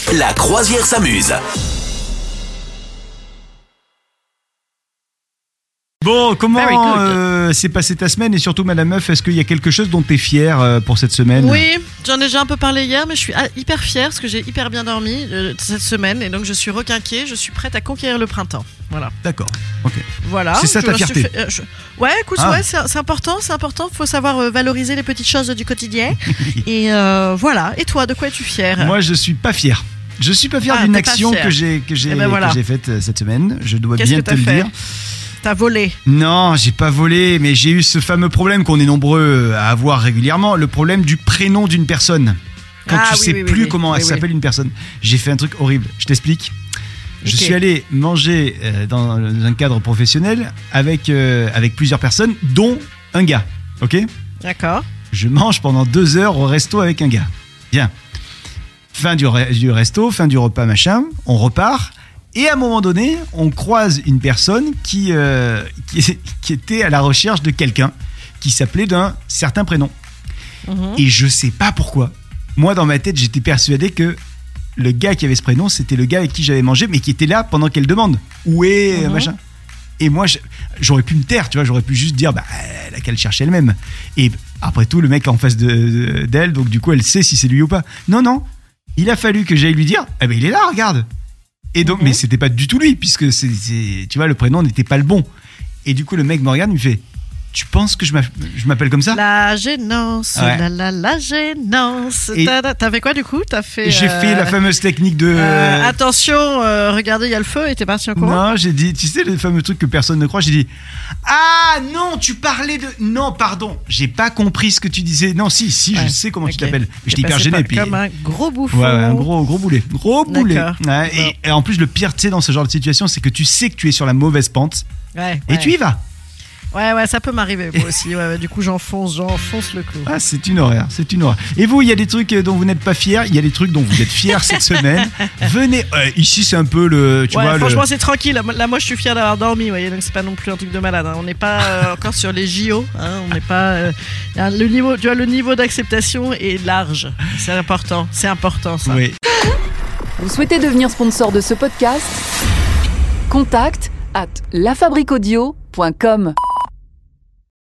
La croisière s'amuse. Bon, comment s'est passée ta semaine et surtout, Madame Meuf, est-ce qu'il y a quelque chose dont tu es fière pour cette semaine ? Oui, j'en ai déjà un peu parlé hier, mais je suis hyper fière parce que j'ai hyper bien dormi cette semaine et donc je suis requinquée, je suis prête à conquérir le printemps. Voilà. D'accord, ok. Voilà. C'est ça ta fierté. Ouais, écoute, ouais, c'est important, faut savoir valoriser les petites choses du quotidien. Et voilà. Et toi, de quoi es-tu fière ? Moi, je suis pas fier. Je suis pas fier d'une action que j'ai faite cette semaine. Je dois bien te le dire. T'as volé ? Non, j'ai pas volé, mais j'ai eu ce fameux problème qu'on est nombreux à avoir régulièrement, le problème du prénom d'une personne. Quand tu sais plus comment elle s'appelle une personne. J'ai fait un truc horrible, je t'explique. Je suis allé manger dans un cadre professionnel avec plusieurs personnes, dont un gars, ok ? D'accord. Je mange pendant 2 heures au resto avec un gars. Bien. Fin du resto, fin du repas, machin, on repart. Et à un moment donné, on croise une personne qui était à la recherche de quelqu'un qui s'appelait d'un certain prénom. Et je sais pas pourquoi. Moi, dans ma tête, j'étais persuadé que le gars qui avait ce prénom, c'était le gars avec qui j'avais mangé, mais qui était là pendant qu'elle demande. Où est machin ? Et moi, j'aurais pu me taire, tu vois, j'aurais pu juste dire, elle a qu'à le chercher elle-même. Et après tout, le mec en face d'elle, donc du coup, elle sait si c'est lui ou pas. Non, il a fallu que j'aille lui dire, il est là, regarde. Et donc, mais c'était pas du tout lui, puisque tu vois, le prénom n'était pas le bon. Et du coup, le mec me regarde, il me fait, tu penses que je m'appelle comme ça ? La gênance, la gênance. T'as fait quoi du coup ? J'ai fait la fameuse technique de... attention, regardez, il y a le feu, et t'es parti en courant ? Non, j'ai dit, tu sais, le fameux truc que personne ne croit, j'ai dit, ah non, tu parlais de... Non, pardon, j'ai pas compris ce que tu disais. Non, si, je sais comment tu t'appelles. J'étais hyper gêné. Comme un gros bouffon. Ouais, un gros boulet. Gros boulet. Ouais, et en plus, le pire, tu sais, dans ce genre de situation, c'est que tu sais que tu es sur la mauvaise pente. Et tu y vas. Ouais, ça peut m'arriver moi aussi. Ouais, du coup, j'enfonce le clou. Ah, c'est une horreur. Et vous, il y a des trucs dont vous n'êtes pas fiers, il y a des trucs dont vous êtes fiers cette semaine. Venez, ici c'est un peu le... franchement, c'est tranquille. Là, moi, je suis fier d'avoir dormi, voyez, donc c'est pas non plus un truc de malade. Hein. On n'est pas encore sur les JO. Hein. On n'est pas... le niveau, tu vois, le niveau d'acceptation est large. C'est important ça. Oui. Vous souhaitez devenir sponsor de ce podcast ? Contact @lafabriquaudio.com